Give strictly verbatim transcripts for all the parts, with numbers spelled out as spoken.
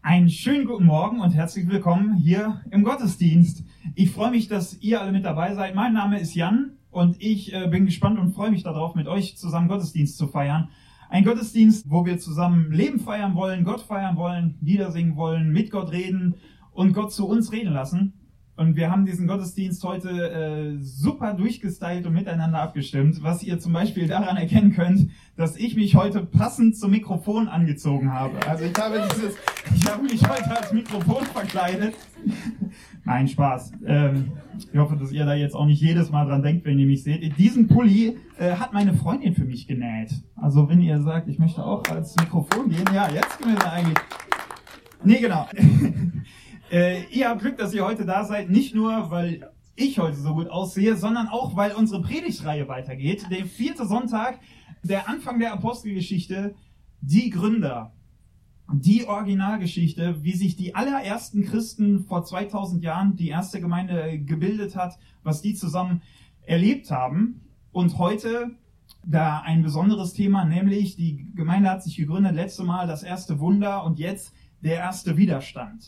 Einen schönen guten Morgen und herzlich willkommen hier im Gottesdienst. Ich freue mich, dass ihr alle mit dabei seid. Mein Name ist Jan und ich äh, bin gespannt und freue mich darauf, mit euch zusammen Gottesdienst zu feiern. Ein Gottesdienst, wo wir zusammen Leben feiern wollen, Gott feiern wollen, Lieder singen wollen, mit Gott reden und Gott zu uns reden lassen. Und wir haben diesen Gottesdienst heute äh, super durchgestylt und miteinander abgestimmt, was ihr zum Beispiel daran erkennen könnt, dass ich mich heute passend zum Mikrofon angezogen habe. Also ich habe dieses, ich habe mich heute als Mikrofon verkleidet. Nein, Spaß. Ähm, ich hoffe, dass ihr da jetzt auch nicht jedes Mal dran denkt, wenn ihr mich seht. Diesen Pulli äh, hat meine Freundin für mich genäht. Also wenn ihr sagt, ich möchte auch als Mikrofon gehen, ja, jetzt können wir da eigentlich... Nee, genau. Äh, ihr habt Glück, dass ihr heute da seid, nicht nur, weil ich heute so gut aussehe, sondern auch, weil unsere Predigtreihe weitergeht. Der vierte Sonntag, der Anfang der Apostelgeschichte, die Gründer, die Originalgeschichte, wie sich die allerersten Christen vor zweitausend Jahren, die erste Gemeinde gebildet hat, was die zusammen erlebt haben. Und heute da ein besonderes Thema, nämlich die Gemeinde hat sich gegründet, letzte Mal das erste Wunder und jetzt der erste Widerstand.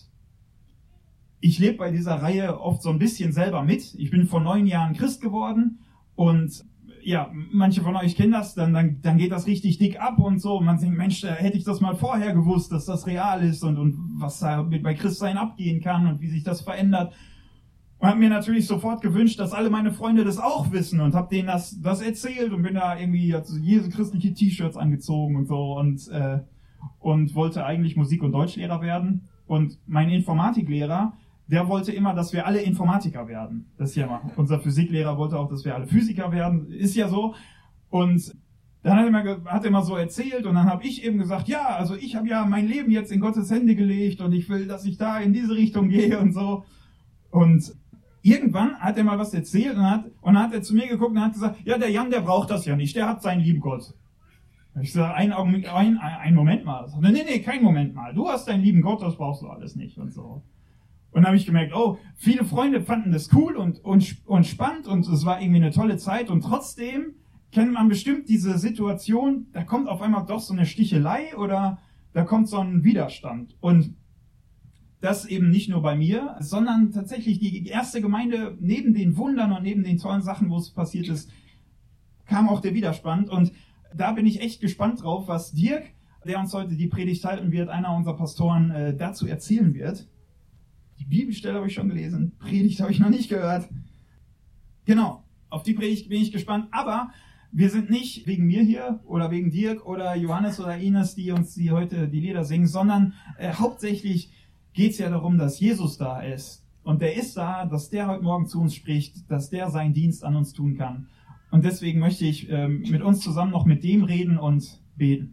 Ich lebe bei dieser Reihe oft so ein bisschen selber mit. Ich bin vor neun Jahren Christ geworden und ja, manche von euch kennen das, dann, dann, dann geht das richtig dick ab und so. Und man denkt, Mensch, hätte ich das mal vorher gewusst, dass das real ist und, und was da bei Christsein abgehen kann und wie sich das verändert. Und habe mir natürlich sofort gewünscht, dass alle meine Freunde das auch wissen und habe denen das, das erzählt und bin da irgendwie also jede christliche T-Shirts angezogen und so und, äh, und wollte eigentlich Musik- und Deutschlehrer werden. Und mein Informatiklehrer, der wollte immer, dass wir alle Informatiker werden. Das ist ja mal. Unser Physiklehrer wollte auch, dass wir alle Physiker werden. Ist ja so. Und dann hat er immer, hat er immer so erzählt und dann habe ich eben gesagt, ja, also ich habe ja mein Leben jetzt in Gottes Hände gelegt und ich will, dass ich da in diese Richtung gehe und so. Und irgendwann hat er mal was erzählt und hat, und dann hat er zu mir geguckt und hat gesagt, ja, der Jan, der braucht das ja nicht, der hat seinen lieben Gott. Ich sage, ein, ein, ein, ein Moment mal. Nee, nee, nee, kein Moment mal. Du hast deinen lieben Gott, das brauchst du alles nicht und so. Und dann habe ich gemerkt, oh, viele Freunde fanden das cool und, und, und spannend und es war irgendwie eine tolle Zeit und trotzdem kennt man bestimmt diese Situation, da kommt auf einmal doch so eine Stichelei oder da kommt so ein Widerstand. Und das eben nicht nur bei mir, sondern tatsächlich die erste Gemeinde, neben den Wundern und neben den tollen Sachen, wo es passiert ist, kam auch der Widerstand. Und da bin ich echt gespannt drauf, was Dirk, der uns heute die Predigt halten wird, einer unserer Pastoren, äh, dazu erzählen wird. Die Bibelstelle habe ich schon gelesen, Predigt habe ich noch nicht gehört. Genau, auf die Predigt bin ich gespannt. Aber wir sind nicht wegen mir hier oder wegen Dirk oder Johannes oder Ines, die uns die heute die Lieder singen, sondern äh, hauptsächlich geht es ja darum, dass Jesus da ist. Und der ist da, dass der heute Morgen zu uns spricht, dass der seinen Dienst an uns tun kann. Und deswegen möchte ich ähm, mit uns zusammen noch mit dem reden und beten.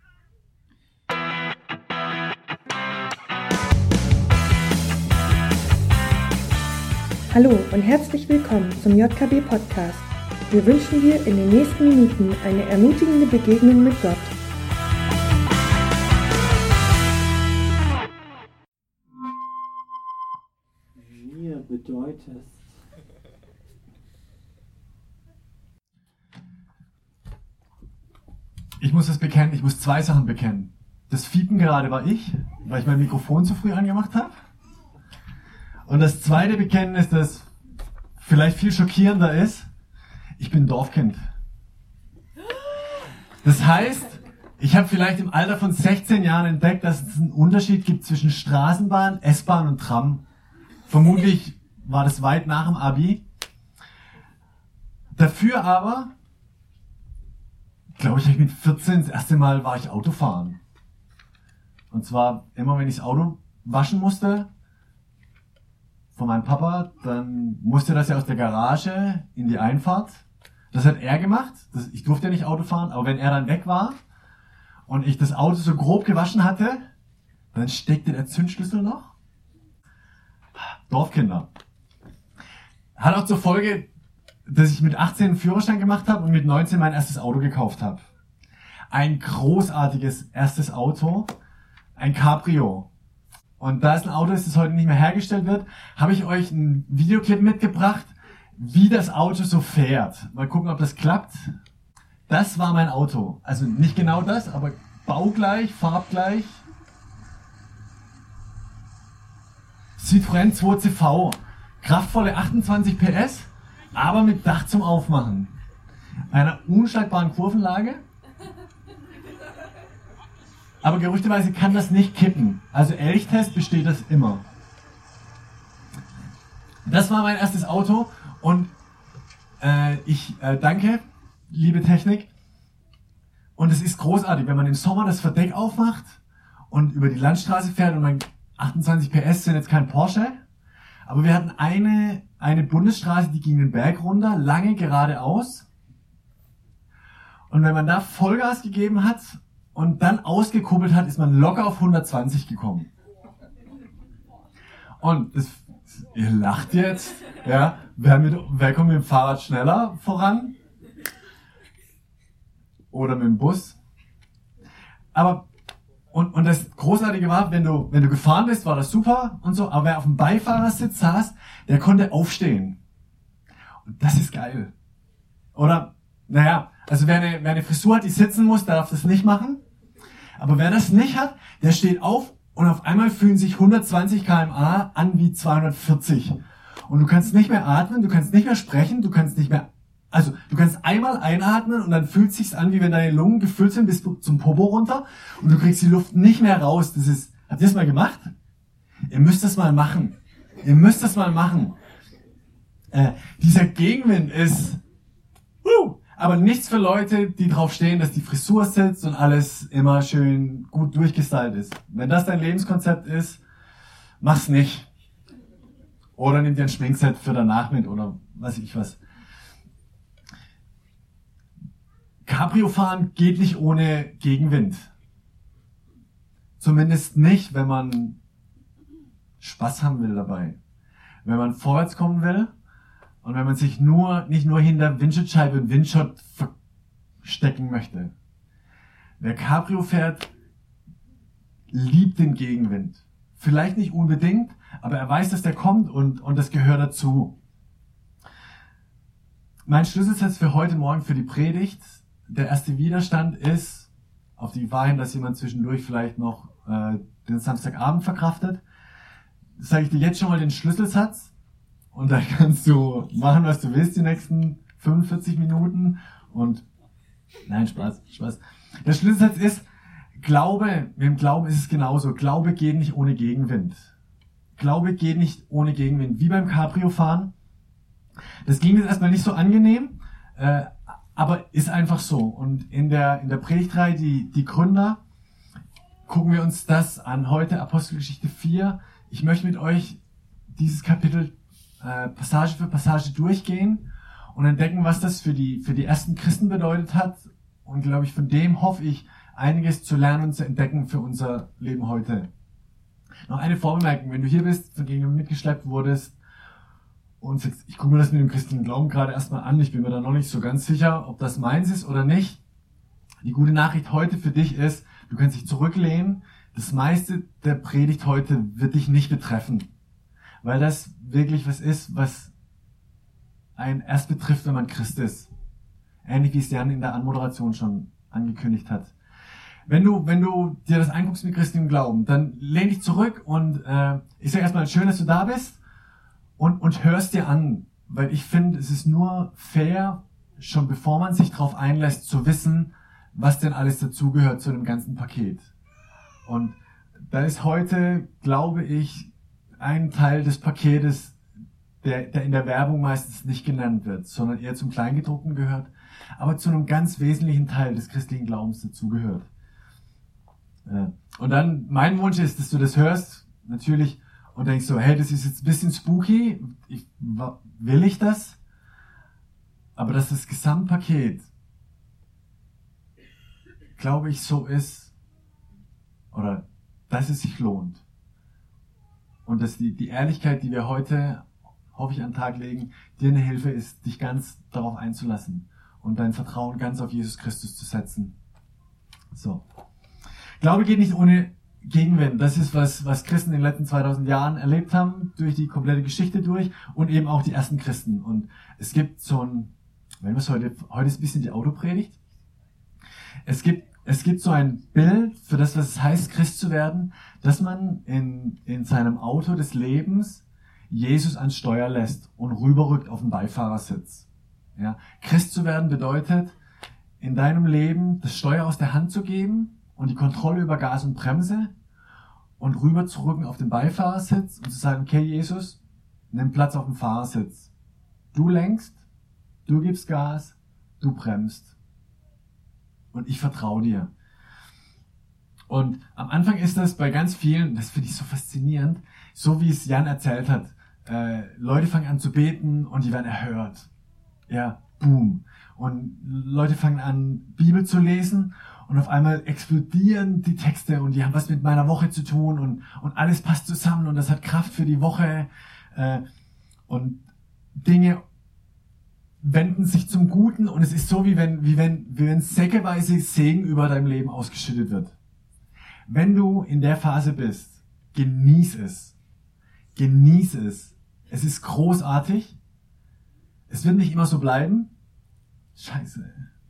Hallo und herzlich willkommen zum J K B Podcast. Wir wünschen dir in den nächsten Minuten eine ermutigende Begegnung mit Gott. Mir bedeutet Ich muss das bekennen, ich muss zwei Sachen bekennen. Das Fiepen gerade war ich, weil ich mein Mikrofon zu früh angemacht habe. Und das zweite Bekenntnis, das vielleicht viel schockierender ist, ich bin Dorfkind. Das heißt, ich habe vielleicht im Alter von sechzehn Jahren entdeckt, dass es einen Unterschied gibt zwischen Straßenbahn, S-Bahn und Tram. Vermutlich war das weit nach dem Abi. Dafür aber, glaube ich, mit vierzehn das erste Mal war ich Autofahren. Und zwar immer, wenn ich das Auto waschen musste, von meinem Papa, dann musste das ja aus der Garage in die Einfahrt. Das hat er gemacht. Das, ich durfte ja nicht Auto fahren, aber wenn er dann weg war und ich das Auto so grob gewaschen hatte, dann steckte der Zündschlüssel noch. Dorfkinder. Hat auch zur Folge, dass ich mit achtzehn einen Führerschein gemacht habe und mit neunzehn mein erstes Auto gekauft habe. Ein großartiges erstes Auto, ein Cabrio. Und da es ein Auto ist, das heute nicht mehr hergestellt wird, habe ich euch einen Videoclip mitgebracht, wie das Auto so fährt. Mal gucken, ob das klappt. Das war mein Auto. Also nicht genau das, aber baugleich, farbgleich. Citroën zwei C V. Kraftvolle achtundzwanzig P S, aber mit Dach zum Aufmachen. Einer unschlagbaren Kurvenlage. Aber gerüchteweise kann das nicht kippen. Also Elchtest besteht das immer. Das war mein erstes Auto und äh, ich äh, danke, liebe Technik. Und es ist großartig, wenn man im Sommer das Verdeck aufmacht und über die Landstraße fährt und mein achtundzwanzig P S sind jetzt kein Porsche, aber wir hatten eine, eine Bundesstraße, die ging den Berg runter, lange geradeaus. Und wenn man da Vollgas gegeben hat und dann ausgekuppelt hat, ist man locker auf hundertzwanzig gekommen. Und das, ihr lacht jetzt, ja, wer, mit, wer kommt mit dem Fahrrad schneller voran? Oder mit dem Bus? Aber Und, und das Großartige war, wenn du, wenn du gefahren bist, war das super und so, aber wer auf dem Beifahrersitz saß, der konnte aufstehen. Und das ist geil. Oder, naja, also wer eine, wer eine Frisur hat, die sitzen muss, der darf das nicht machen. Aber wer das nicht hat, der steht auf und auf einmal fühlen sich hundertzwanzig Kilometer pro Stunde an wie zweihundertvierzig. Und du kannst nicht mehr atmen, du kannst nicht mehr sprechen, du kannst nicht mehr, also du kannst einmal einatmen und dann fühlt es sich an, wie wenn deine Lungen gefüllt sind bis zum Popo runter und du kriegst die Luft nicht mehr raus. Das ist, habt ihr das mal gemacht? Ihr müsst das mal machen. Ihr müsst das mal machen. Äh, dieser Gegenwind ist, uh, aber nichts für Leute, die drauf stehen, dass die Frisur sitzt und alles immer schön gut durchgestylt ist. Wenn das dein Lebenskonzept ist, mach's nicht. Oder nimm dir ein Schminkset für danach mit oder weiß ich was. Cabrio fahren geht nicht ohne Gegenwind. Zumindest nicht, wenn man Spaß haben will dabei. Wenn man vorwärts kommen will und wenn man sich nur, nicht nur hinter Windschutzscheibe und Windschott verstecken möchte. Wer Cabrio fährt, liebt den Gegenwind. Vielleicht nicht unbedingt, aber er weiß, dass der kommt und, und das gehört dazu. Mein Schlüsselsatz für heute Morgen für die Predigt, der erste Widerstand ist, auf die Gefahr hin, dass jemand zwischendurch vielleicht noch äh, den Samstagabend verkraftet, sage ich dir jetzt schon mal den Schlüsselsatz und da kannst du machen, was du willst die nächsten fünfundvierzig Minuten und nein, Spaß, Spaß. Der Schlüsselsatz ist, Glaube, mit dem Glauben ist es genauso, Glaube geht nicht ohne Gegenwind. Glaube geht nicht ohne Gegenwind, wie beim Cabrio-Fahren. Das ging jetzt erstmal nicht so angenehm, äh, aber ist einfach so. Und in der, in der Predigtreihe, die, die Gründer, gucken wir uns das an. Heute Apostelgeschichte vier. Ich möchte mit euch dieses Kapitel äh, Passage für Passage durchgehen und entdecken, was das für die, für die ersten Christen bedeutet hat. Und glaube ich, von dem hoffe ich, einiges zu lernen und zu entdecken für unser Leben heute. Noch eine Vorbemerkung. Wenn du hier bist, von dem du mitgeschleppt wurdest, und ich gucke mir das mit dem christlichen Glauben gerade erstmal an. Ich bin mir da noch nicht so ganz sicher, ob das meins ist oder nicht. Die gute Nachricht heute für dich ist, du kannst dich zurücklehnen. Das meiste der Predigt heute wird dich nicht betreffen. Weil das wirklich was ist, was einen erst betrifft, wenn man Christ ist. Ähnlich wie es Jan in der Anmoderation schon angekündigt hat. Wenn du, wenn du dir das anguckst mit christlichem Glauben, dann lehn dich zurück und äh, ich sage erstmal, schön, dass du da bist. Und, und hörst dir an, weil ich finde, es ist nur fair, schon bevor man sich darauf einlässt, zu wissen, was denn alles dazugehört zu dem ganzen Paket. Und da ist heute, glaube ich, ein Teil des Paketes, der, der in der Werbung meistens nicht genannt wird, sondern eher zum Kleingedruckten gehört, aber zu einem ganz wesentlichen Teil des christlichen Glaubens dazugehört. Und dann, mein Wunsch ist, dass du das hörst, natürlich, und denkst so, hey, das ist jetzt ein bisschen spooky, ich, will ich das? Aber dass das Gesamtpaket, glaube ich, so ist, oder dass es sich lohnt. Und dass die, die Ehrlichkeit, die wir heute, hoffe ich, an den Tag legen, dir eine Hilfe ist, dich ganz darauf einzulassen und dein Vertrauen ganz auf Jesus Christus zu setzen. So. Glaube geht nicht ohne Gegenwind. Das ist was, was Christen in den letzten zweitausend Jahren erlebt haben, durch die komplette Geschichte durch und eben auch die ersten Christen. Und es gibt so ein, wenn wir es heute, heute ist ein bisschen die Autopredigt. Es gibt es gibt so ein Bild für das, was es heißt, Christ zu werden, dass man in, in seinem Auto des Lebens Jesus ans Steuer lässt und rüberrückt auf den Beifahrersitz. Ja? Christ zu werden bedeutet, in deinem Leben das Steuer aus der Hand zu geben und die Kontrolle über Gas und Bremse und rüber zu rücken auf den Beifahrersitz und zu sagen, okay Jesus, nimm Platz auf dem Fahrersitz. Du lenkst, du gibst Gas, du bremst. Und ich vertraue dir. Und am Anfang ist das bei ganz vielen, das finde ich so faszinierend, so wie es Jan erzählt hat. Äh, Leute fangen an zu beten und die werden erhört. Ja, boom. Und Leute fangen an, Bibel zu lesen und auf einmal explodieren die Texte und die haben was mit meiner Woche zu tun und, und alles passt zusammen und das hat Kraft für die Woche. Äh, und Dinge wenden sich zum Guten und es ist so, wie wenn, wie wenn, wie wenn säckeweise Segen über deinem Leben ausgeschüttet wird. Wenn du in der Phase bist, genieß es. Genieß es. Es ist großartig. Es wird nicht immer so bleiben. Scheiße.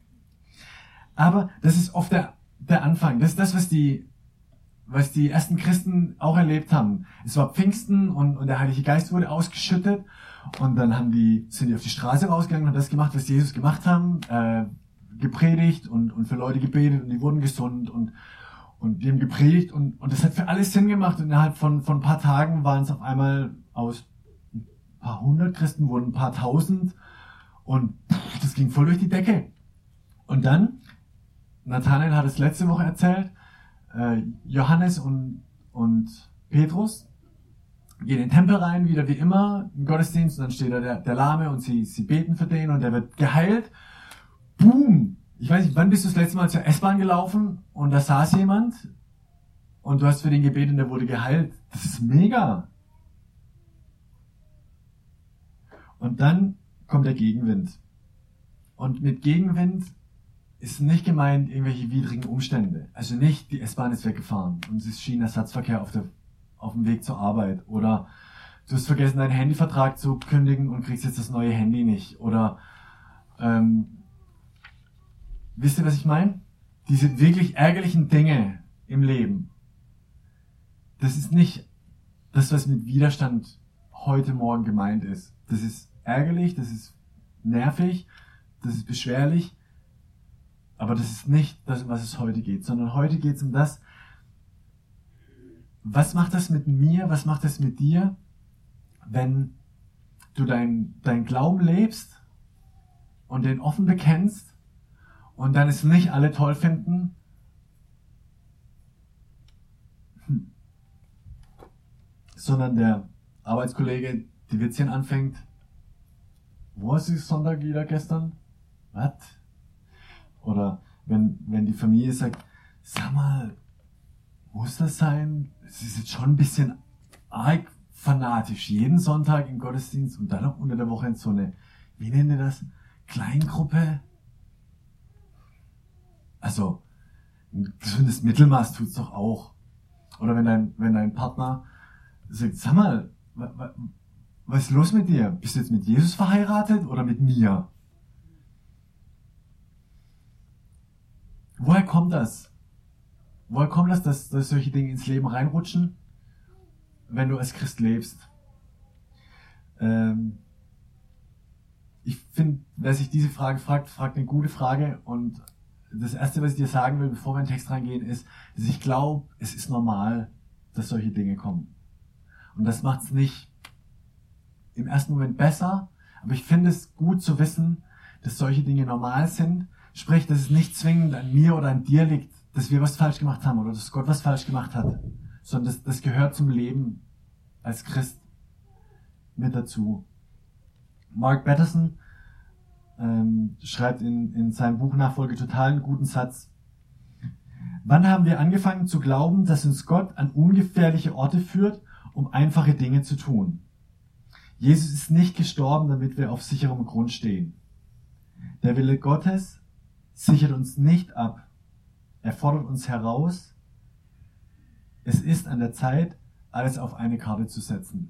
Aber das ist oft der, der Anfang. Das ist das, was die, was die ersten Christen auch erlebt haben. Es war Pfingsten und, und der Heilige Geist wurde ausgeschüttet. Und dann haben die, sind die auf die Straße rausgegangen und haben das gemacht, was Jesus gemacht haben, äh, gepredigt und, und für Leute gebetet und die wurden gesund und, und die haben gepredigt und, und das hat für alles Sinn gemacht und innerhalb von, von ein paar Tagen waren es auf einmal aus ein paar hundert Christen wurden ein paar tausend und pff, das ging voll durch die Decke. Und dann, Nathanael hat es letzte Woche erzählt, äh, Johannes und, und Petrus gehen in den Tempel rein, wieder wie immer, im Gottesdienst, und dann steht da der, der Lahme und sie, sie beten für den und der wird geheilt. Boom! Ich weiß nicht, wann bist du das letzte Mal zur S-Bahn gelaufen und da saß jemand und du hast für den gebetet und der wurde geheilt. Das ist mega! Und dann kommt der Gegenwind. Und mit Gegenwind ist nicht gemeint irgendwelche widrigen Umstände. Also nicht, die S-Bahn ist weggefahren und es ist Schienenersatzverkehr auf der auf dem Weg zur Arbeit oder du hast vergessen, deinen Handyvertrag zu kündigen und kriegst jetzt das neue Handy nicht oder ähm, wisst ihr, was ich meine? Diese wirklich ärgerlichen Dinge im Leben, das ist nicht das, was mit Widerstand heute Morgen gemeint ist. Das ist ärgerlich, das ist nervig, das ist beschwerlich, aber das ist nicht das, um was es heute geht, sondern heute geht es um das, was macht das mit mir, was macht das mit dir, wenn du dein, dein Glauben lebst und den offen bekennst und dann es nicht alle toll finden, hm. sondern der Arbeitskollege die Witzchen anfängt, wo hast du Sonntag wieder gestern? Was? Oder wenn, wenn die Familie sagt, sag mal, muss das sein? Es ist jetzt schon ein bisschen arg fanatisch. Jeden Sonntag im Gottesdienst und dann noch unter der Woche in so eine, wie nennen wir das? Kleingruppe? Also, ein gesundes Mittelmaß tut's doch auch. Oder wenn dein, wenn dein Partner sagt, sag mal, was ist los mit dir? Bist du jetzt mit Jesus verheiratet oder mit mir? Woher kommt das? Woher kommt das, dass, dass solche Dinge ins Leben reinrutschen, wenn du als Christ lebst? Ähm ich finde, wer sich diese Frage fragt, fragt eine gute Frage. Und das Erste, was ich dir sagen will, bevor wir in den Text reingehen, ist, dass ich glaube, es ist normal, dass solche Dinge kommen. Und das macht es nicht im ersten Moment besser, aber ich finde es gut zu wissen, dass solche Dinge normal sind. Sprich, dass es nicht zwingend an mir oder an dir liegt, dass wir was falsch gemacht haben oder dass Gott was falsch gemacht hat, sondern das, das gehört zum Leben als Christ mit dazu. Mark Batterson ähm, schreibt in, in seinem Buch Nachfolge total einen guten Satz. Wann haben wir angefangen zu glauben, dass uns Gott an ungefährliche Orte führt, um einfache Dinge zu tun? Jesus ist nicht gestorben, damit wir auf sicherem Grund stehen. Der Wille Gottes sichert uns nicht ab. Er fordert uns heraus. Es ist an der Zeit, alles auf eine Karte zu setzen.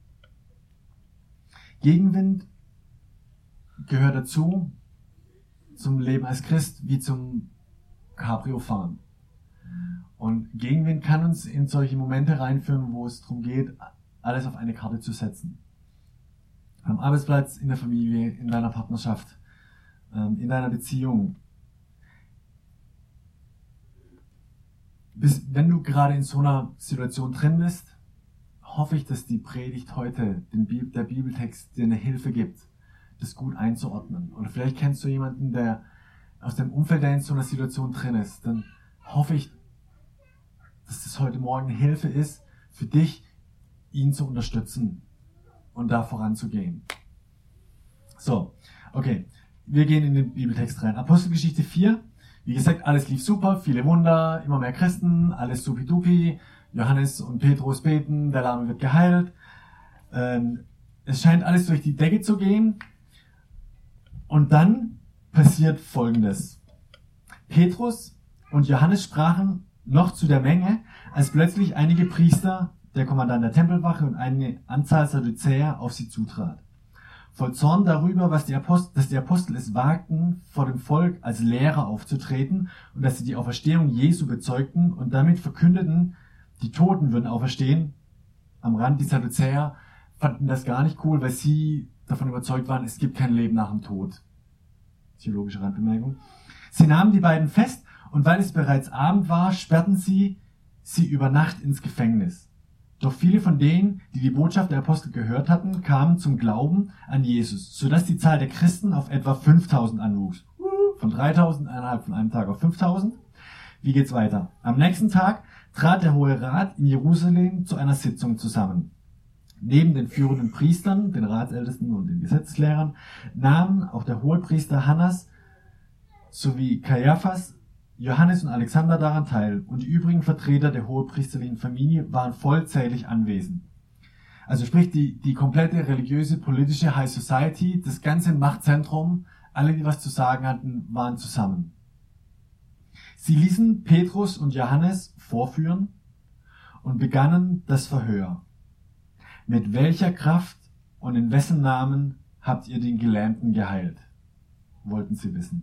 Gegenwind gehört dazu, zum Leben als Christ wie zum Cabrio-Fahren. Und Gegenwind kann uns in solche Momente reinführen, wo es darum geht, alles auf eine Karte zu setzen. Am Arbeitsplatz, in der Familie, in deiner Partnerschaft, in deiner Beziehung. Bis, wenn du gerade in so einer Situation drin bist, hoffe ich, dass die Predigt heute, den Bibel, der Bibeltext, dir eine Hilfe gibt, das gut einzuordnen. Oder vielleicht kennst du jemanden, der aus dem Umfeld, der in so einer Situation drin ist. Dann hoffe ich, dass das heute Morgen eine Hilfe ist, für dich, ihn zu unterstützen und da voranzugehen. So, okay. Wir gehen in den Bibeltext rein. Apostelgeschichte vier. Wie gesagt, alles lief super, viele Wunder, immer mehr Christen, alles supidupi. Johannes und Petrus beten, der Lahme wird geheilt. Ähm, es scheint alles durch die Decke zu gehen. Und dann passiert Folgendes. Petrus und Johannes sprachen noch zu der Menge, als plötzlich einige Priester, der Kommandant der Tempelwache und eine Anzahl Sadduzäer auf sie zutrat. Voll Zorn darüber, was die Apostel, dass die Apostel es wagten, vor dem Volk als Lehrer aufzutreten und dass sie die Auferstehung Jesu bezeugten und damit verkündeten, die Toten würden auferstehen. Am Rand, die Sadduzäer fanden das gar nicht cool, weil sie davon überzeugt waren, es gibt kein Leben nach dem Tod. Theologische Randbemerkung. Sie nahmen die beiden fest und weil es bereits Abend war, sperrten sie sie über Nacht ins Gefängnis. Doch viele von denen, die die Botschaft der Apostel gehört hatten, kamen zum Glauben an Jesus, sodass die Zahl der Christen auf etwa fünftausend anwuchs. Von dreitausend innerhalb von einem Tag auf fünftausend. Wie geht's weiter? Am nächsten Tag trat der Hohe Rat in Jerusalem zu einer Sitzung zusammen. Neben den führenden Priestern, den Ratsältesten und den Gesetzeslehrern, nahmen auch der Hohepriester Hannas sowie Kaiaphas, Johannes und Alexander daran teil und die übrigen Vertreter der hohepriesterlichen Familie waren vollzählig anwesend. Also sprich die, die komplette religiöse, politische High Society, das ganze Machtzentrum, alle, die was zu sagen hatten, waren zusammen. Sie ließen Petrus und Johannes vorführen und begannen das Verhör. Mit welcher Kraft und in wessen Namen habt ihr den Gelähmten geheilt? Wollten sie wissen.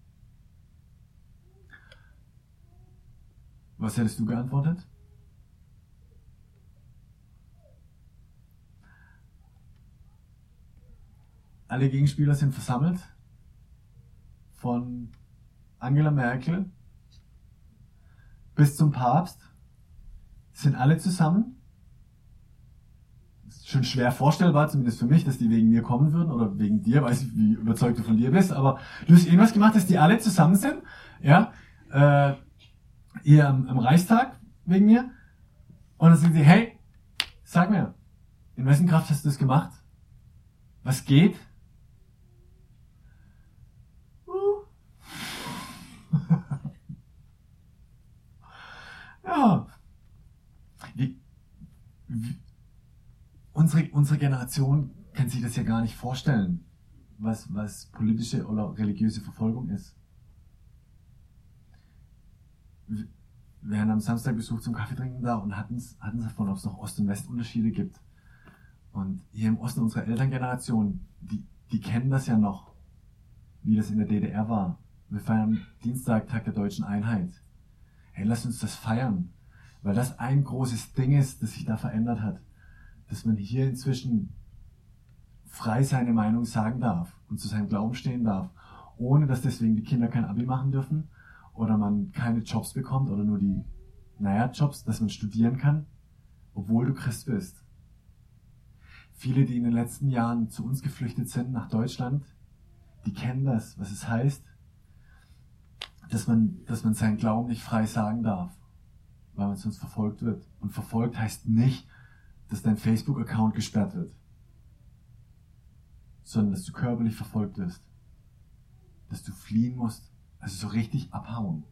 Was hättest du geantwortet? Alle Gegenspieler sind versammelt. Von Angela Merkel bis zum Papst sind alle zusammen. Ist schon schwer vorstellbar, zumindest für mich, dass die wegen mir kommen würden oder wegen dir, weiß ich, wie überzeugt du von dir bist, aber du hast irgendwas gemacht, dass die alle zusammen sind, ja, äh, hier am, am Reichstag wegen mir und dann sagen sie, hey, sag mir, in wessen Kraft hast du das gemacht? Was geht? Uh. Ja, wie, wie, unsere, unsere Generation kann sich das ja gar nicht vorstellen, was, was politische oder religiöse Verfolgung ist. Wir waren am Samstag besucht zum Kaffee trinken da und hatten es davon, ob es noch Ost- und Westunterschiede gibt. Und hier im Osten unserer Elterngeneration, die, die kennen das ja noch, wie das in der D D R war. Wir feiern Dienstag, Tag der Deutschen Einheit. Hey, lass uns das feiern, weil das ein großes Ding ist, das sich da verändert hat. Dass man hier inzwischen frei seine Meinung sagen darf und zu seinem Glauben stehen darf, ohne dass deswegen die Kinder kein Abi machen dürfen oder man keine Jobs bekommt oder nur die, naja, Jobs, dass man studieren kann, obwohl du Christ bist. Viele, die in den letzten Jahren zu uns geflüchtet sind, nach Deutschland, die kennen das, was es heißt, dass man, dass man seinen Glauben nicht frei sagen darf, weil man sonst verfolgt wird. Und verfolgt heißt nicht, dass dein Facebook-Account gesperrt wird, sondern dass du körperlich verfolgt wirst, dass du fliehen musst, also so richtig abhauen.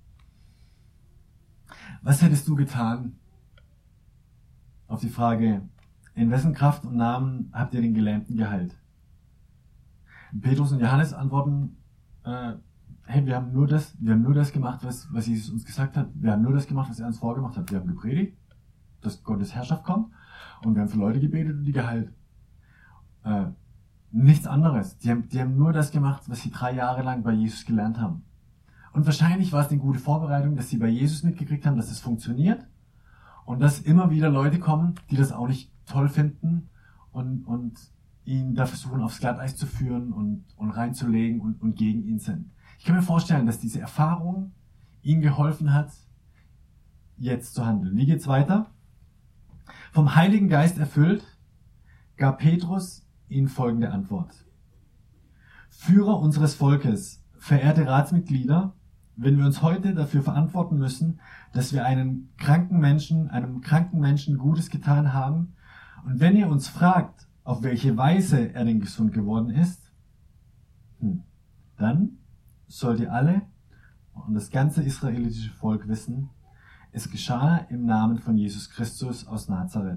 Was hättest du getan? Auf die Frage, in wessen Kraft und Namen habt ihr den Gelähmten geheilt? Petrus und Johannes antworten, äh, hey, wir haben nur das, wir haben nur das gemacht, was, was Jesus uns gesagt hat. Wir haben nur das gemacht, was er uns vorgemacht hat. Wir haben gepredigt, dass Gottes Herrschaft kommt und wir haben für Leute gebetet und die geheilt. Äh, Nichts anderes. Die haben, die haben nur das gemacht, was sie drei Jahre lang bei Jesus gelernt haben. Und wahrscheinlich war es eine gute Vorbereitung, dass sie bei Jesus mitgekriegt haben, dass es funktioniert. Und dass immer wieder Leute kommen, die das auch nicht toll finden und, und ihn da versuchen, aufs Glatteis zu führen und, und reinzulegen und, und gegen ihn sind. Ich kann mir vorstellen, dass diese Erfahrung ihnen geholfen hat, jetzt zu handeln. Wie geht's weiter? Vom Heiligen Geist erfüllt, gab Petrus ihnen folgende Antwort. Führer unseres Volkes, verehrte Ratsmitglieder, wenn wir uns heute dafür verantworten müssen, dass wir einen kranken Menschen, einem kranken Menschen Gutes getan haben, und wenn ihr uns fragt, auf welche Weise er denn gesund geworden ist, hm, dann sollt ihr alle und das ganze israelitische Volk wissen, es geschah im Namen von Jesus Christus aus Nazareth,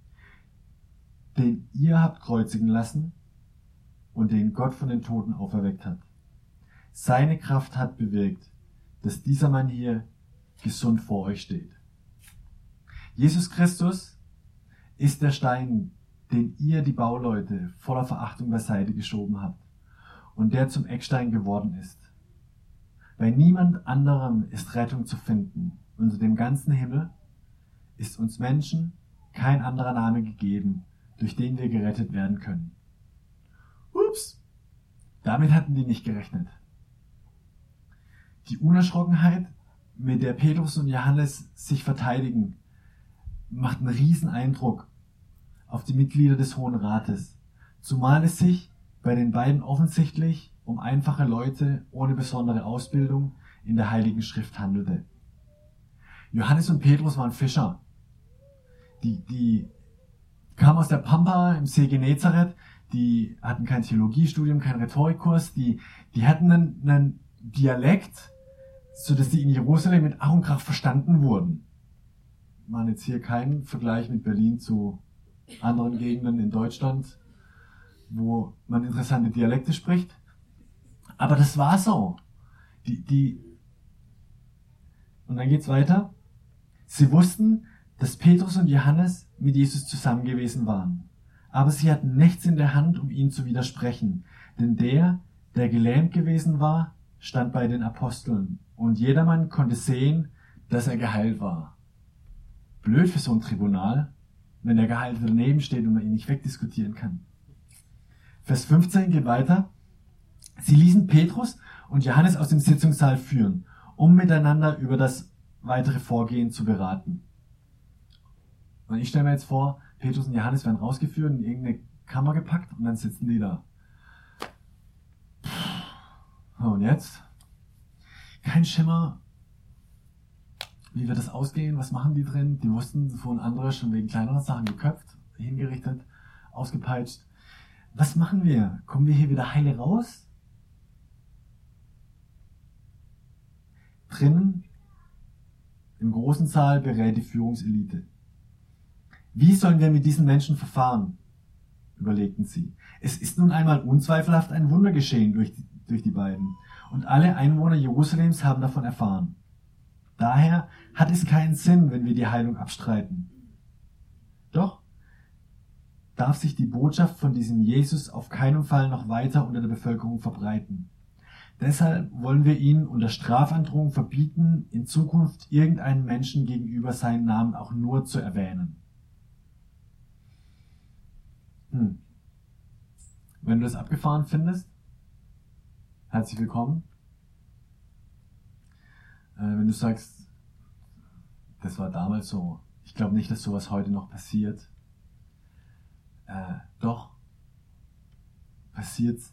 den ihr habt kreuzigen lassen und den Gott von den Toten auferweckt hat. Seine Kraft hat bewirkt, dass dieser Mann hier gesund vor euch steht. Jesus Christus ist der Stein, den ihr, die Bauleute, voller Verachtung beiseite geschoben habt und der zum Eckstein geworden ist. Bei niemand anderem ist Rettung zu finden. Unter dem ganzen Himmel ist uns Menschen kein anderer Name gegeben, durch den wir gerettet werden können. Ups, damit hatten die nicht gerechnet. Die Unerschrockenheit, mit der Petrus und Johannes sich verteidigen, macht einen riesen Eindruck auf die Mitglieder des Hohen Rates, zumal es sich bei den beiden offensichtlich um einfache Leute ohne besondere Ausbildung in der Heiligen Schrift handelte. Johannes und Petrus waren Fischer. Die, die kamen aus der Pampa im See Genezareth, die hatten kein Theologiestudium, keinen Rhetorikkurs, die, die hatten einen, einen Dialekt, so dass die in Jerusalem mit Ach und Krach verstanden wurden. Man jetzt hier keinen Vergleich mit Berlin zu anderen Gegenden in Deutschland, wo man interessante Dialekte spricht. Aber das war so. Die, die und dann geht's weiter. Sie wussten, dass Petrus und Johannes mit Jesus zusammen gewesen waren. Aber sie hatten nichts in der Hand, um ihnen zu widersprechen. Denn der, der gelähmt gewesen war, stand bei den Aposteln. Und jedermann konnte sehen, dass er geheilt war. Blöd für so ein Tribunal, wenn der Geheilte daneben steht und man ihn nicht wegdiskutieren kann. Vers fünfzehn geht weiter. Sie ließen Petrus und Johannes aus dem Sitzungssaal führen, um miteinander über das weitere Vorgehen zu beraten. Und ich stelle mir jetzt vor, Petrus und Johannes werden rausgeführt, in irgendeine Kammer gepackt und dann sitzen die da. Und jetzt? Kein Schimmer, wie wird das ausgehen, was machen die drin? Die wussten, es wurden andere schon wegen kleineren Sachen geköpft, hingerichtet, ausgepeitscht. Was machen wir? Kommen wir hier wieder heile raus? Drinnen, im großen Saal, berät die Führungselite. Wie sollen wir mit diesen Menschen verfahren? Überlegten sie. Es ist nun einmal unzweifelhaft ein Wunder geschehen durch die, durch die beiden. Und alle Einwohner Jerusalems haben davon erfahren. Daher hat es keinen Sinn, wenn wir die Heilung abstreiten. Doch darf sich die Botschaft von diesem Jesus auf keinen Fall noch weiter unter der Bevölkerung verbreiten. Deshalb wollen wir ihnen unter Strafandrohung verbieten, in Zukunft irgendeinen Menschen gegenüber seinen Namen auch nur zu erwähnen. Hm. Wenn du das abgefahren findest, herzlich willkommen. Äh, wenn du sagst, das war damals so, ich glaube nicht, dass sowas heute noch passiert. Äh, doch, passiert's.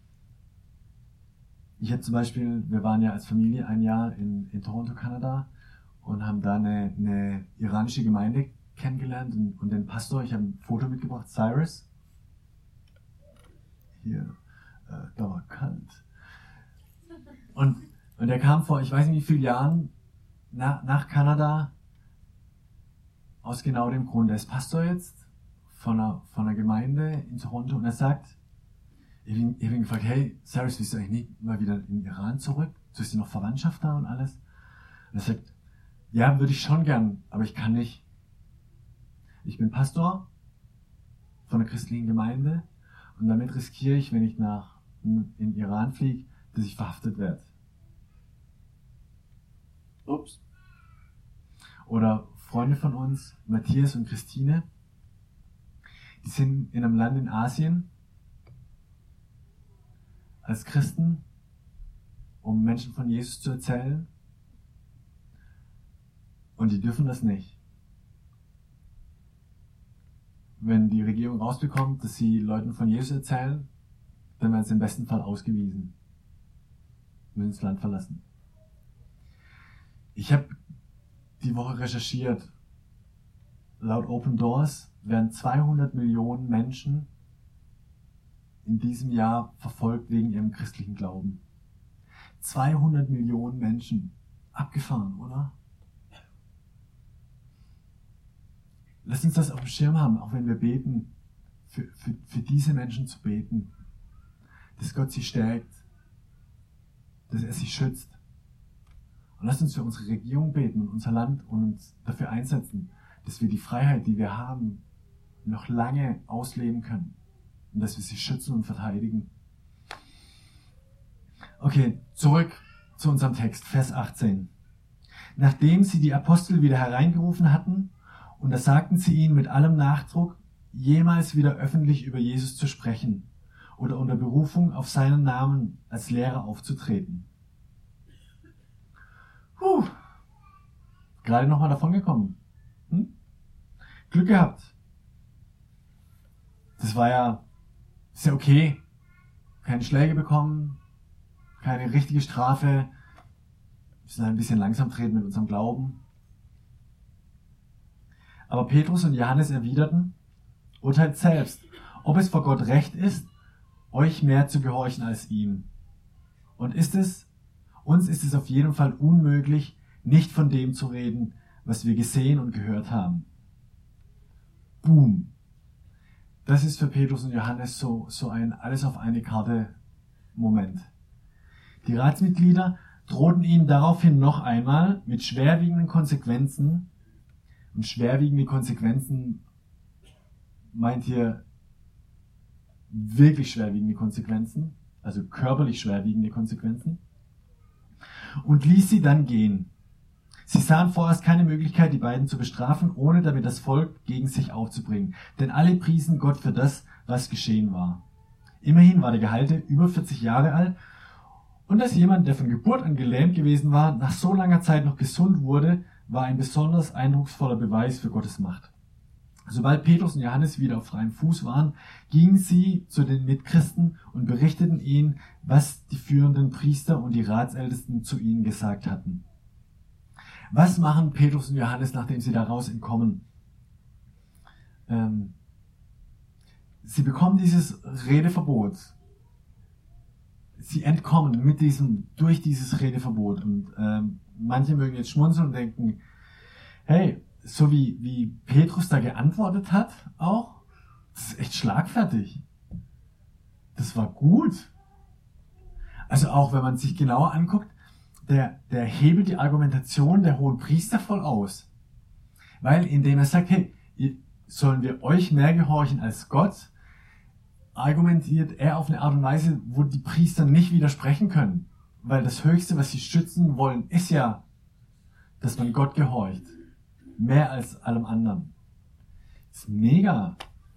Ich habe zum Beispiel, wir waren ja als Familie ein Jahr in, in Toronto, Kanada und haben da eine, eine iranische Gemeinde kennengelernt und, und den Pastor, ich habe ein Foto mitgebracht, Cyrus. Hier, äh, da war kalt. Und, und er kam vor, ich weiß nicht wie vielen Jahren, nach, nach Kanada aus genau dem Grund. Er ist Pastor jetzt von einer, von einer Gemeinde in Toronto und er sagt, ich habe ihn, ich hab ihn gefragt, hey, Cyrus, willst du eigentlich nicht mal wieder in den Iran zurück? Du hast ja noch Verwandtschaft da und alles? Und er sagt, ja, würde ich schon gern, aber ich kann nicht. Ich bin Pastor von einer christlichen Gemeinde Und damit riskiere ich, wenn ich nach in den Iran fliege, dass ich verhaftet werde. Ups. Oder Freunde von uns, Matthias und Christine, die sind in einem Land in Asien als Christen, um Menschen von Jesus zu erzählen. Und die dürfen das nicht. Wenn die Regierung rausbekommt, dass sie Leuten von Jesus erzählen, dann werden sie im besten Fall ausgewiesen. Müssen das Land verlassen. Ich habe die Woche recherchiert. Laut Open Doors werden zweihundert Millionen Menschen in diesem Jahr verfolgt wegen ihrem christlichen Glauben. zweihundert Millionen Menschen. Abgefahren, oder? Lass uns das auf dem Schirm haben, auch wenn wir beten, für, für, für diese Menschen zu beten. Dass Gott sie stärkt, dass er sie schützt. Und lass uns für unsere Regierung beten und unser Land und uns dafür einsetzen, dass wir die Freiheit, die wir haben, noch lange ausleben können. Und dass wir sie schützen und verteidigen. Okay, zurück zu unserem Text, Vers achtzehn. Nachdem sie die Apostel wieder hereingerufen hatten, und da sagten sie ihnen mit allem Nachdruck, jemals wieder öffentlich über Jesus zu sprechen oder unter Berufung auf seinen Namen als Lehrer aufzutreten. Puh, gerade nochmal davon gekommen. Hm? Glück gehabt. Das war ja, ist ja okay. Keine Schläge bekommen, keine richtige Strafe. Wir müssen ein bisschen langsam treten mit unserem Glauben. Aber Petrus und Johannes erwiderten, urteilt selbst, ob es vor Gott recht ist, euch mehr zu gehorchen als ihm. Und ist es, uns ist es auf jeden Fall unmöglich, nicht von dem zu reden, was wir gesehen und gehört haben. Boom. Das ist für Petrus und Johannes so, so ein alles auf eine Karte Moment. Die Ratsmitglieder drohten ihnen daraufhin noch einmal mit schwerwiegenden Konsequenzen. Und schwerwiegende Konsequenzen meint hier wirklich schwerwiegende Konsequenzen, also körperlich schwerwiegende Konsequenzen, und ließ sie dann gehen. Sie sahen vorerst keine Möglichkeit, die beiden zu bestrafen, ohne damit das Volk gegen sich aufzubringen, denn alle priesen Gott für das, was geschehen war. Immerhin war der Gehalte über vierzig Jahre alt, und dass jemand, der von Geburt an gelähmt gewesen war, nach so langer Zeit noch gesund wurde, war ein besonders eindrucksvoller Beweis für Gottes Macht. Sobald Petrus und Johannes wieder auf freiem Fuß waren, gingen sie zu den Mitchristen und berichteten ihnen, was die führenden Priester und die Ratsältesten zu ihnen gesagt hatten. Was machen Petrus und Johannes, nachdem sie daraus entkommen? Ähm, sie bekommen dieses Redeverbot. Sie entkommen mit diesem, durch dieses Redeverbot. Und ähm, manche mögen jetzt schmunzeln und denken, hey, so wie, wie Petrus da geantwortet hat, auch, das ist echt schlagfertig. Das war gut. Also auch wenn man sich genauer anguckt, der, der hebelt die Argumentation der hohen Priester voll aus. Weil indem er sagt, hey, sollen wir euch mehr gehorchen als Gott, argumentiert er auf eine Art und Weise, wo die Priester nicht widersprechen können. Weil das Höchste, was sie schützen wollen, ist ja, dass man Gott gehorcht. Mehr als allem anderen. Das ist mega.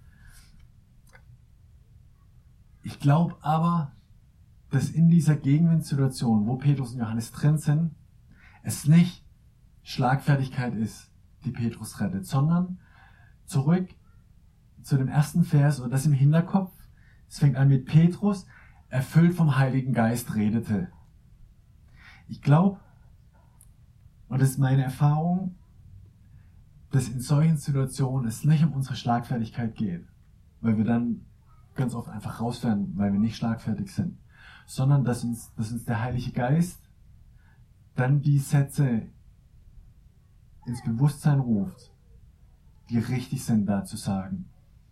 Ich glaube aber, dass in dieser Gegenwindsituation, wo Petrus und Johannes drin sind, es nicht Schlagfertigkeit ist, die Petrus rettet, sondern zurück zu dem ersten Vers und das im Hinterkopf. Es fängt an mit Petrus, erfüllt vom Heiligen Geist redete. Ich glaube, und das ist meine Erfahrung, dass in solchen Situationen es nicht um unsere Schlagfertigkeit geht, weil wir dann ganz oft einfach raus werden, weil wir nicht schlagfertig sind, sondern dass uns, dass uns der Heilige Geist dann die Sätze ins Bewusstsein ruft, die richtig sind, da zu sagen.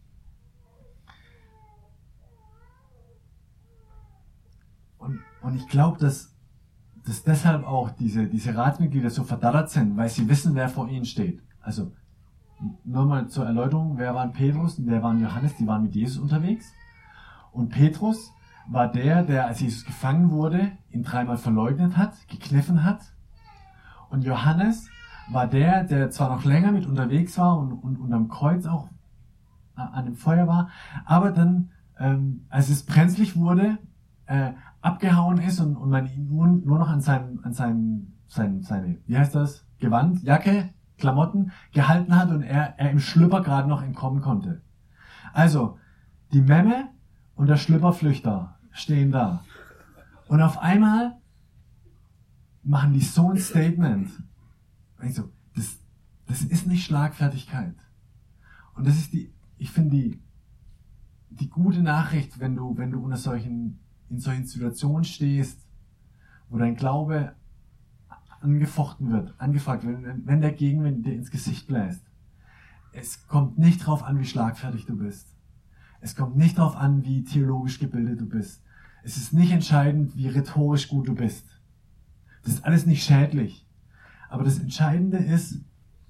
Und, und ich glaube, dass, dass deshalb auch diese, diese Ratsmitglieder so verdattert sind, weil sie wissen, wer vor ihnen steht. Also, nur mal zur Erläuterung, wer waren Petrus und wer waren Johannes? Die waren mit Jesus unterwegs. Und Petrus war der, der, als Jesus gefangen wurde, ihn dreimal verleugnet hat, gekniffen hat. Und Johannes war der, der zwar noch länger mit unterwegs war und, und, und am Kreuz auch an dem Feuer war, aber dann, ähm, als es brenzlig wurde, äh, abgehauen ist und, und man ihn nur, nur noch an seinem, an seinem, sein, seine, wie heißt das, Gewand, Jacke, Klamotten gehalten hat und er, er im Schlüpper gerade noch entkommen konnte. Also, die Memme und der Schlüpperflüchter stehen da. Und auf einmal machen die so ein Statement. Also, das, das ist nicht Schlagfertigkeit. Und das ist die, ich finde die, die gute Nachricht, wenn du, wenn du unter solchen, in solchen Situationen stehst, wo dein Glaube angefochten wird, angefragt wird, wenn, wenn der Gegenwind dir ins Gesicht bläst. Es kommt nicht darauf an, wie schlagfertig du bist. Es kommt nicht darauf an, wie theologisch gebildet du bist. Es ist nicht entscheidend, wie rhetorisch gut du bist. Das ist alles nicht schädlich. Aber das Entscheidende ist,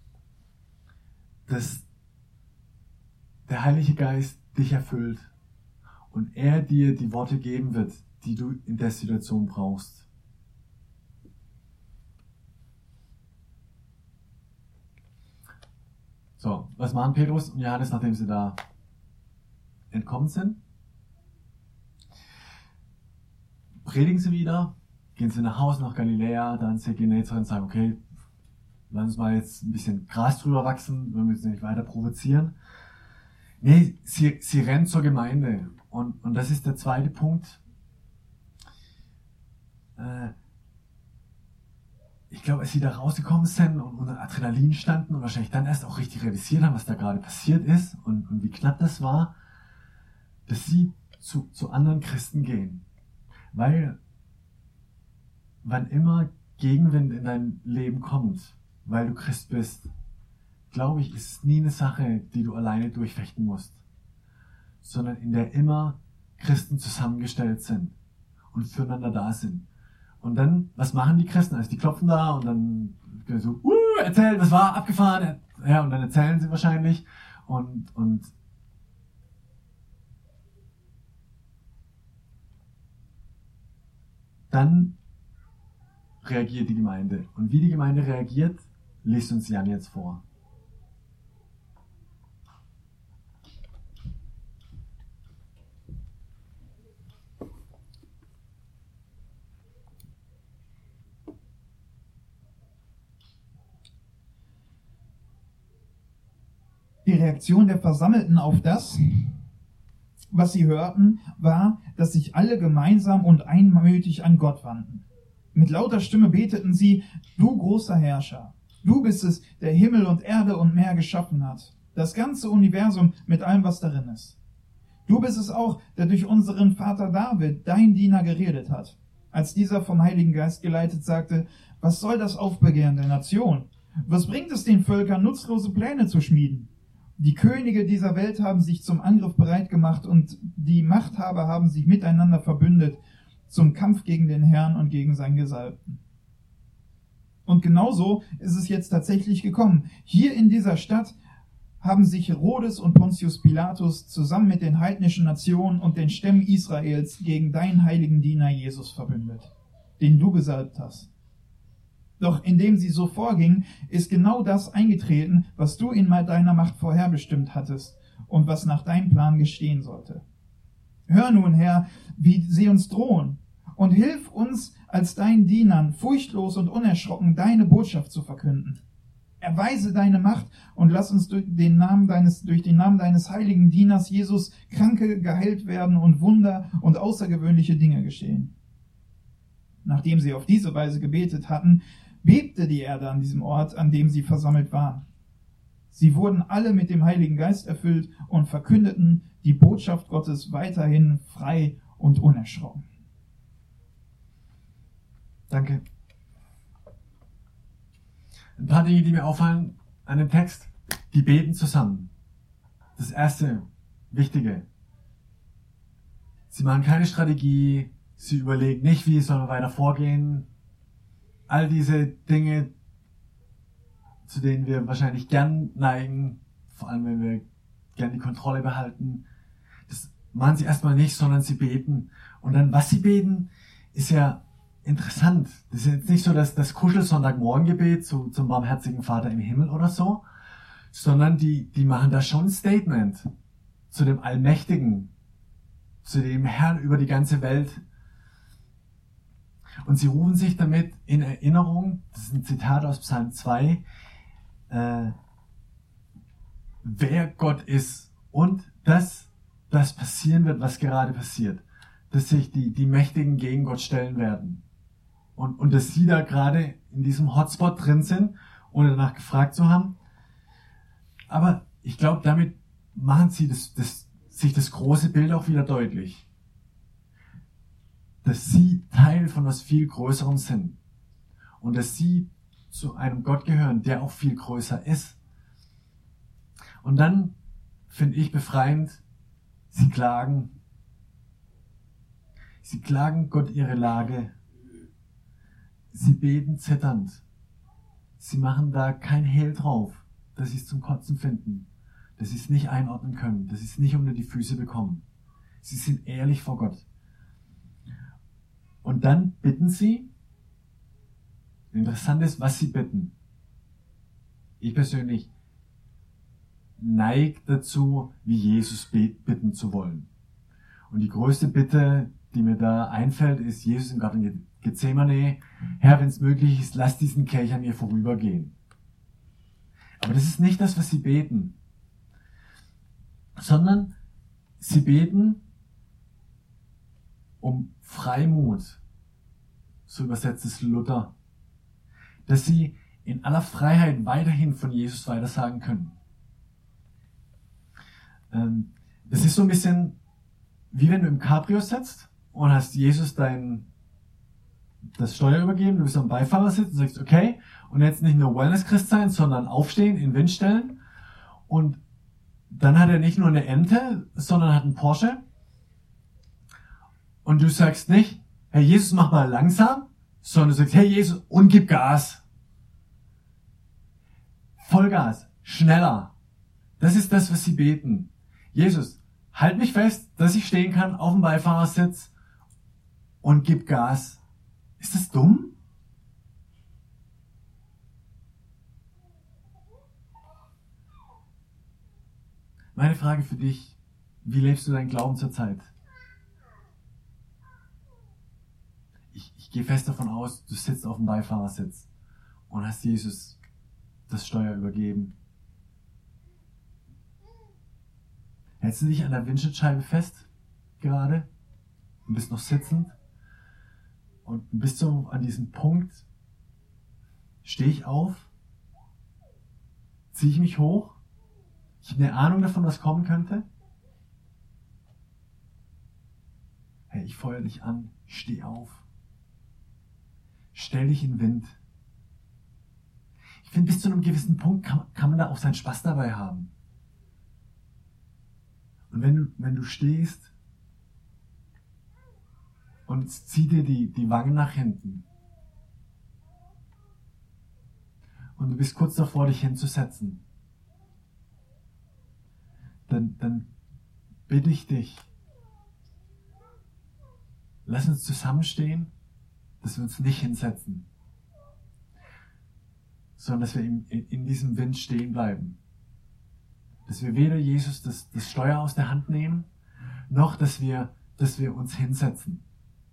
dass der Heilige Geist dich erfüllt und er dir die Worte geben wird, die du in der Situation brauchst. So, was machen Petrus und Johannes, nachdem sie da entkommen sind? Predigen sie wieder, gehen sie nach Hause, nach Galiläa, dann See Genezareth und sagen, okay, lass uns mal jetzt ein bisschen Gras drüber wachsen, wir müssen nicht weiter provozieren. Nee, sie, sie rennt zur Gemeinde. Und, und das ist der zweite Punkt. Äh, ich glaube, als sie da rausgekommen sind und unter Adrenalin standen und wahrscheinlich dann erst auch richtig realisiert haben, was da gerade passiert ist und, und wie knapp das war, dass sie zu, zu anderen Christen gehen. Weil, wann immer Gegenwind in dein Leben kommt, weil du Christ bist, glaube ich, ist es nie eine Sache, die du alleine durchfechten musst, sondern in der immer Christen zusammengestellt sind und füreinander da sind. Und dann, was machen die Christen? Also die klopfen da und dann so, uh, erzählen, was war, abgefahren, ja, und dann erzählen sie wahrscheinlich und, und dann reagiert die Gemeinde. Und wie die Gemeinde reagiert, liest uns Jan jetzt vor. Die Reaktion der Versammelten auf das, was sie hörten, war, dass sich alle gemeinsam und einmütig an Gott wandten. Mit lauter Stimme beteten sie, du großer Herrscher, du bist es, der Himmel und Erde und Meer geschaffen hat, das ganze Universum mit allem, was darin ist. Du bist es auch, der durch unseren Vater David, dein Diener, geredet hat, als dieser vom Heiligen Geist geleitet sagte, was soll das Aufbegehren der Nation? Was bringt es den Völkern, nutzlose Pläne zu schmieden? Die Könige dieser Welt haben sich zum Angriff bereit gemacht und die Machthaber haben sich miteinander verbündet zum Kampf gegen den Herrn und gegen seinen Gesalbten. Und genauso ist es jetzt tatsächlich gekommen. Hier in dieser Stadt haben sich Herodes und Pontius Pilatus zusammen mit den heidnischen Nationen und den Stämmen Israels gegen deinen heiligen Diener Jesus verbündet, den du gesalbt hast. Doch indem sie so vorgingen, ist genau das eingetreten, was du in deiner Macht vorherbestimmt hattest und was nach deinem Plan geschehen sollte. Hör nun, Herr, wie sie uns drohen, und hilf uns als deinen Dienern, furchtlos und unerschrocken deine Botschaft zu verkünden. Erweise deine Macht und lass uns durch den Namen deines, durch den Namen deines heiligen Dieners Jesus Kranke geheilt werden und Wunder und außergewöhnliche Dinge geschehen. Nachdem sie auf diese Weise gebetet hatten, bebte die Erde an diesem Ort, an dem sie versammelt waren. Sie wurden alle mit dem Heiligen Geist erfüllt und verkündeten die Botschaft Gottes weiterhin frei und unerschrocken. Danke. Ein paar Dinge, die mir auffallen an dem Text. Die beten zusammen. Das erste, Wichtige. Sie machen keine Strategie, sie überlegen nicht, wie sollen wir weiter vorgehen. All diese Dinge, zu denen wir wahrscheinlich gern neigen, vor allem wenn wir gern die Kontrolle behalten, das machen sie erstmal nicht, sondern sie beten. Und dann, was sie beten, ist ja interessant. Das ist jetzt nicht so das, das Kuschel-Sonntagmorgengebet zu, zum barmherzigen Vater im Himmel oder so, sondern die, die machen da schon ein Statement zu dem Allmächtigen, zu dem Herrn über die ganze Welt. Und sie rufen sich damit in Erinnerung, das ist ein Zitat aus Psalm zwei, äh, wer Gott ist und dass das passieren wird, was gerade passiert. Dass sich die, die Mächtigen gegen Gott stellen werden. Und, und dass sie da gerade in diesem Hotspot drin sind, ohne danach gefragt zu haben. Aber ich glaube, damit machen sie das, das, sich das große Bild auch wieder deutlich. Dass sie Teil von was viel Größerem sind. Und dass sie zu einem Gott gehören, der auch viel größer ist. Und dann finde ich befreiend, sie klagen. Sie klagen Gott ihre Lage. Sie beten zitternd. Sie machen da kein Hehl drauf, dass sie es zum Kotzen finden, dass sie es nicht einordnen können, dass sie es nicht unter die Füße bekommen. Sie sind ehrlich vor Gott. Und dann bitten sie. Interessant ist, was sie bitten. Ich persönlich neige dazu, wie Jesus bitten zu wollen. Und die größte Bitte, die mir da einfällt, ist Jesus im Garten Gethsemane: Herr, wenn es möglich ist, lass diesen Kelch an mir vorübergehen. Aber das ist nicht das, was sie beten, sondern sie beten um Freimut, so übersetzt es Luther, dass sie in aller Freiheit weiterhin von Jesus weitersagen können. Ähm, das ist so ein bisschen wie wenn du im Cabrio sitzt und hast Jesus dein das Steuer übergeben, du bist am Beifahrersitz und sagst, okay, und jetzt nicht nur Wellness-Christ sein, sondern aufstehen, in den Wind stellen. Und dann hat er nicht nur eine Ente, sondern hat einen Porsche. Und du sagst nicht, Herr Jesus, mach mal langsam, sondern du sagst, Herr Jesus, und gib Gas. Vollgas, schneller. Das ist das, was sie beten. Jesus, halt mich fest, dass ich stehen kann auf dem Beifahrersitz und gib Gas. Ist das dumm? Meine Frage für dich, wie lebst du deinen Glauben zurzeit? Ich, ich gehe fest davon aus, du sitzt auf dem Beifahrersitz und hast Jesus das Steuer übergeben. Hältst du dich an der Windschutzscheibe fest gerade und bist noch sitzend? Und bis so an diesem Punkt stehe ich auf, ziehe ich mich hoch, ich habe eine Ahnung davon, was kommen könnte. Hey, ich feuer dich an, steh auf, stell dich in den Wind. Ich finde, bis zu einem gewissen Punkt kann, kann man da auch seinen Spaß dabei haben. Und wenn du, wenn du stehst, und zieh dir die, die Wangen nach hinten. Und du bist kurz davor, dich hinzusetzen. Dann, dann bitte ich dich, lass uns zusammenstehen, dass wir uns nicht hinsetzen, sondern dass wir in, in diesem Wind stehen bleiben. Dass wir weder Jesus das, das Steuer aus der Hand nehmen, noch dass wir, dass wir uns hinsetzen.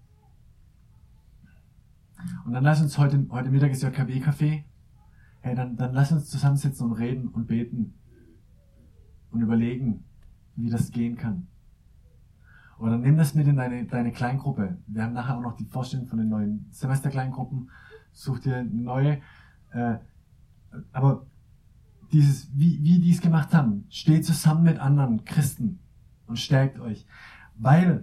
Und dann lass uns heute, heute Mittag ist ja K W-Café. Hey, dann, dann lass uns zusammensitzen und reden und beten und überlegen, wie das gehen kann. Oder dann nimm das mit in deine, deine Kleingruppe. Wir haben nachher auch noch die Vorstellung von den neuen Semesterkleingruppen. Such dir eine neue. Äh, aber dieses, wie, wie die es gemacht haben, steht zusammen mit anderen Christen und stärkt euch. Weil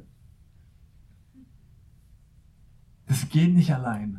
das geht nicht allein.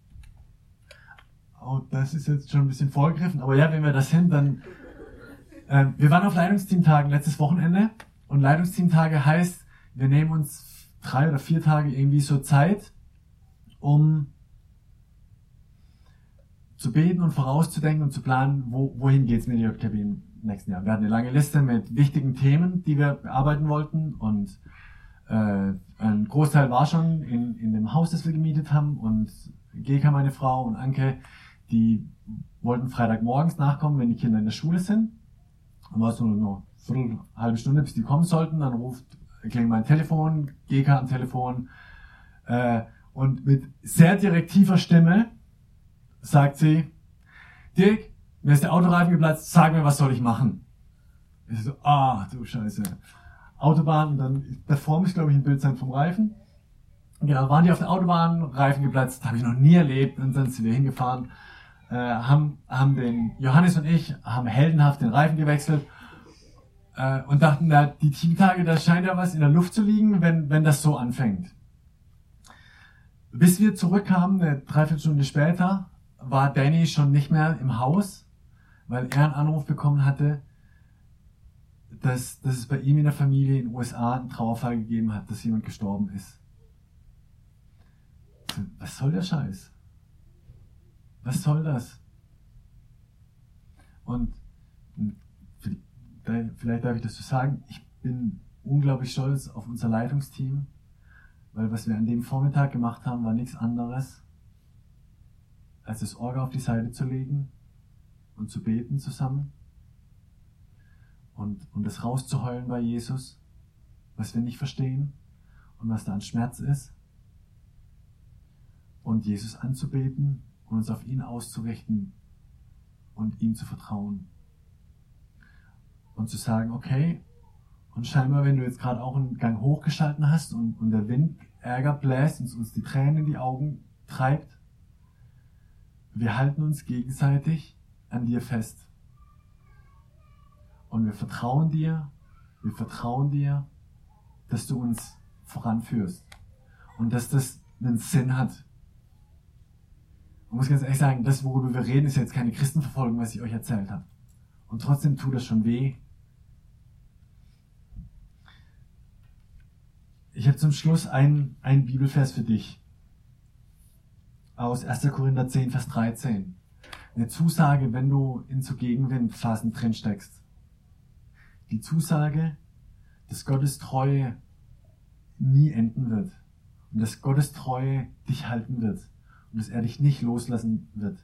Oh, das ist jetzt schon ein bisschen vorgegriffen, aber ja, wenn wir das sind, dann... Äh, wir waren auf Leitungsteamtagen letztes Wochenende und Leitungsteamtage heißt, wir nehmen uns drei oder vier Tage irgendwie so Zeit, um zu beten und vorauszudenken und zu planen, wo, wohin geht's mit der J K B im nächsten Jahr. Wir hatten eine lange Liste mit wichtigen Themen, die wir bearbeiten wollten, und äh, ein Großteil war schon in, in dem Haus, das wir gemietet haben, und Geka, meine Frau, und Anke, die wollten Freitagmorgens nachkommen, wenn die Kinder in der Schule sind. Dann war es nur noch eine Viertel, halbe Stunde, bis die kommen sollten. Dann ruft, klingelt mein Telefon, Geka am Telefon, äh, und mit sehr direktiver Stimme sagt sie: Dirk, mir ist der Autoreifen geplatzt, sag mir, was soll ich machen? Ich so, ah, du Scheiße. Autobahn, und dann, da vorne ist, glaube ich, ein Bild sein vom Reifen. Und genau, waren die auf der Autobahn, Reifen geplatzt, habe ich noch nie erlebt, und dann sind wir hingefahren, äh, haben, haben den, Johannes und ich, haben heldenhaft den Reifen gewechselt, äh, und dachten, na, die Teamtage, da scheint ja was in der Luft zu liegen, wenn, wenn das so anfängt. Bis wir zurückkamen, eine Dreiviertelstunde später, war Danny schon nicht mehr im Haus, weil er einen Anruf bekommen hatte, dass, dass es bei ihm in der Familie in den U S A einen Trauerfall gegeben hat, dass jemand gestorben ist. Was soll der Scheiß? Was soll das? Und vielleicht darf ich das so sagen, ich bin unglaublich stolz auf unser Leitungsteam, weil was wir an dem Vormittag gemacht haben, war nichts anderes, als das Orgel auf die Seite zu legen und zu beten zusammen und, und das rauszuheulen bei Jesus, was wir nicht verstehen und was da an Schmerz ist, und Jesus anzubeten und uns auf ihn auszurichten und ihm zu vertrauen und zu sagen, okay, und scheinbar, wenn du jetzt gerade auch einen Gang hochgeschalten hast und, und der Wind Ärger bläst und uns die Tränen in die Augen treibt, wir halten uns gegenseitig an dir fest. Und wir vertrauen dir, wir vertrauen dir, dass du uns voranführst und dass das einen Sinn hat. Ich muss ganz ehrlich sagen, das, worüber wir reden, ist jetzt keine Christenverfolgung, was ich euch erzählt habe. Und trotzdem tut das schon weh. Ich habe zum Schluss einen, einen Bibelvers für dich. Aus erster Korinther zehn, Vers dreizehn. Eine Zusage, wenn du in so Gegenwindphasen drin steckst. Die Zusage, dass Gottes Treue nie enden wird. Und dass Gottes Treue dich halten wird. Und dass er dich nicht loslassen wird.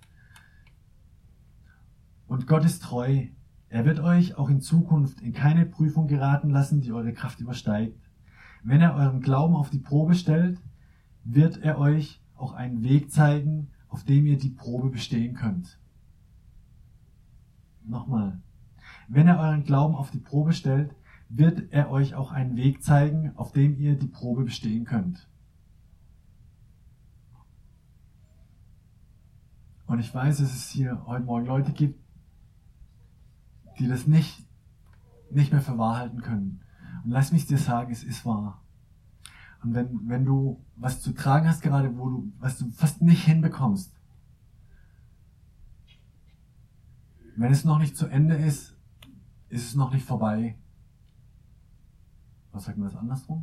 Und Gott ist treu. Er wird euch auch in Zukunft in keine Prüfung geraten lassen, die eure Kraft übersteigt. Wenn er euren Glauben auf die Probe stellt, wird er euch auch einen Weg zeigen, auf dem ihr die Probe bestehen könnt. Nochmal. Wenn er euren Glauben auf die Probe stellt, wird er euch auch einen Weg zeigen, auf dem ihr die Probe bestehen könnt. Und ich weiß, dass es hier heute Morgen Leute gibt, die das nicht, nicht mehr für wahr halten können. Und lass mich dir sagen, es ist wahr. Und wenn, wenn du was zu tragen hast gerade, wo du, was du fast nicht hinbekommst, wenn es noch nicht zu Ende ist, ist es noch nicht vorbei. Was sagt man das andersrum?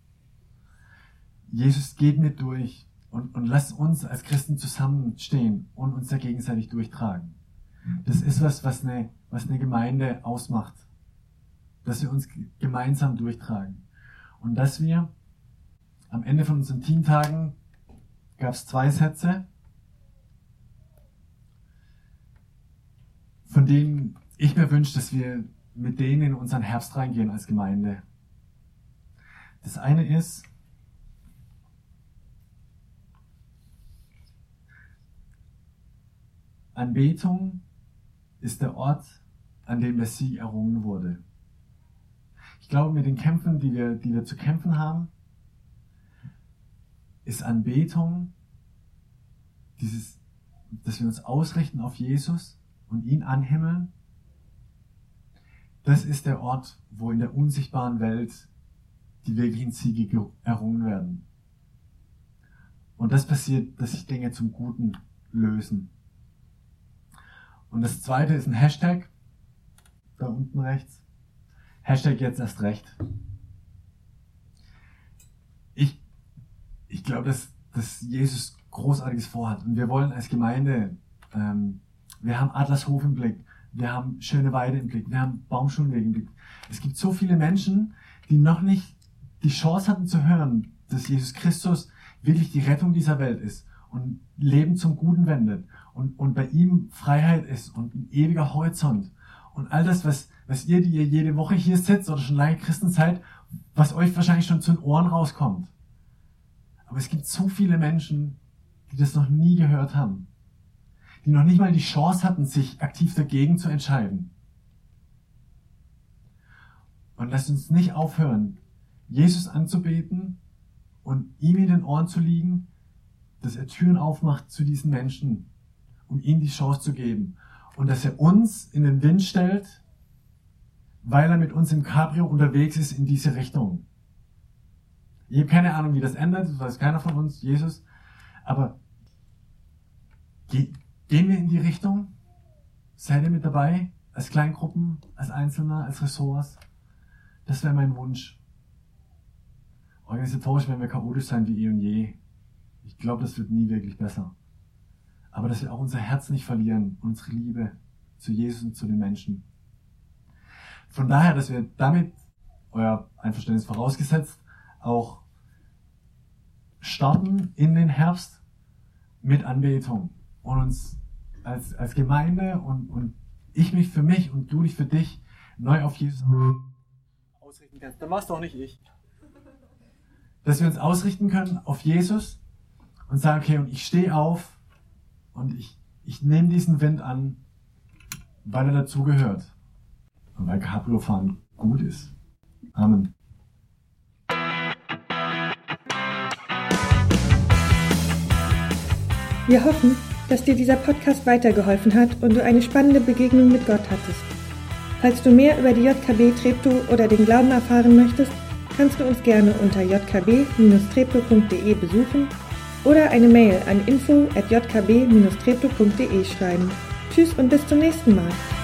Jesus geht mit durch und, und lasst uns als Christen zusammenstehen und uns da gegenseitig durchtragen. Das ist was, was eine, was eine Gemeinde ausmacht. Dass wir uns gemeinsam durchtragen. Und dass wir am Ende von unseren Teamtagen gab es zwei Sätze, von denen ich mir wünsche, dass wir mit denen in unseren Herbst reingehen als Gemeinde. Das eine ist, Anbetung ist der Ort, an dem der Sieg errungen wurde. Ich glaube, mit den Kämpfen, die wir, die wir zu kämpfen haben, ist Anbetung, dieses, dass wir uns ausrichten auf Jesus und ihn anhimmeln. Das ist der Ort, wo in der unsichtbaren Welt die wirklichen Siege errungen werden. Und das passiert, dass sich Dinge zum Guten lösen. Und das zweite ist ein Hashtag, da unten rechts. Hashtag jetzt erst recht. Ich, ich glaube, dass, dass Jesus Großartiges vorhat. Und wir wollen als Gemeinde Ähm, wir haben Adlershof im Blick. Wir haben Schöneweide im Blick. Wir haben Baumschulenweg im Blick. Es gibt so viele Menschen, die noch nicht die Chance hatten zu hören, dass Jesus Christus wirklich die Rettung dieser Welt ist und Leben zum Guten wendet und, und bei ihm Freiheit ist und ein ewiger Horizont. Und all das, was, was ihr, die ihr jede Woche hier sitzt oder schon lange Christen seid, was euch wahrscheinlich schon zu den Ohren rauskommt. Aber es gibt so viele Menschen, die das noch nie gehört haben. Die noch nicht mal die Chance hatten, sich aktiv dagegen zu entscheiden. Und lasst uns nicht aufhören, Jesus anzubeten und ihm in den Ohren zu liegen, dass er Türen aufmacht zu diesen Menschen, um ihnen die Chance zu geben. Und dass er uns in den Wind stellt, weil er mit uns im Cabrio unterwegs ist in diese Richtung. Ich habe keine Ahnung, wie das endet, das weiß keiner von uns, Jesus. Aber ge- gehen wir in die Richtung? Seid ihr mit dabei? Als Kleingruppen, als Einzelner, als Ressorts? Das wäre mein Wunsch. Organisatorisch werden wir chaotisch sein wie eh und je. Ich glaube, das wird nie wirklich besser. Aber dass wir auch unser Herz nicht verlieren, unsere Liebe zu Jesus und zu den Menschen. Von daher, dass wir damit, euer Einverständnis vorausgesetzt, auch starten in den Herbst mit Anbetung und uns als, als Gemeinde und, und ich mich für mich und du dich für dich neu auf Jesus ausrichten kannst. Dann machst du auch nicht ich. Dass wir uns ausrichten können auf Jesus und sagen, okay, und ich stehe auf und ich, ich nehme diesen Wind an, weil er dazugehört und weil Cabrio-Fahren gut ist. Amen. Wir hoffen, dass dir dieser Podcast weitergeholfen hat und du eine spannende Begegnung mit Gott hattest. Falls du mehr über die J K B Treptow oder den Glauben erfahren möchtest, kannst du uns gerne unter j k b Bindestrich treptow punkt de besuchen oder eine Mail an info at j k b Bindestrich treptow punkt de schreiben. Tschüss und bis zum nächsten Mal.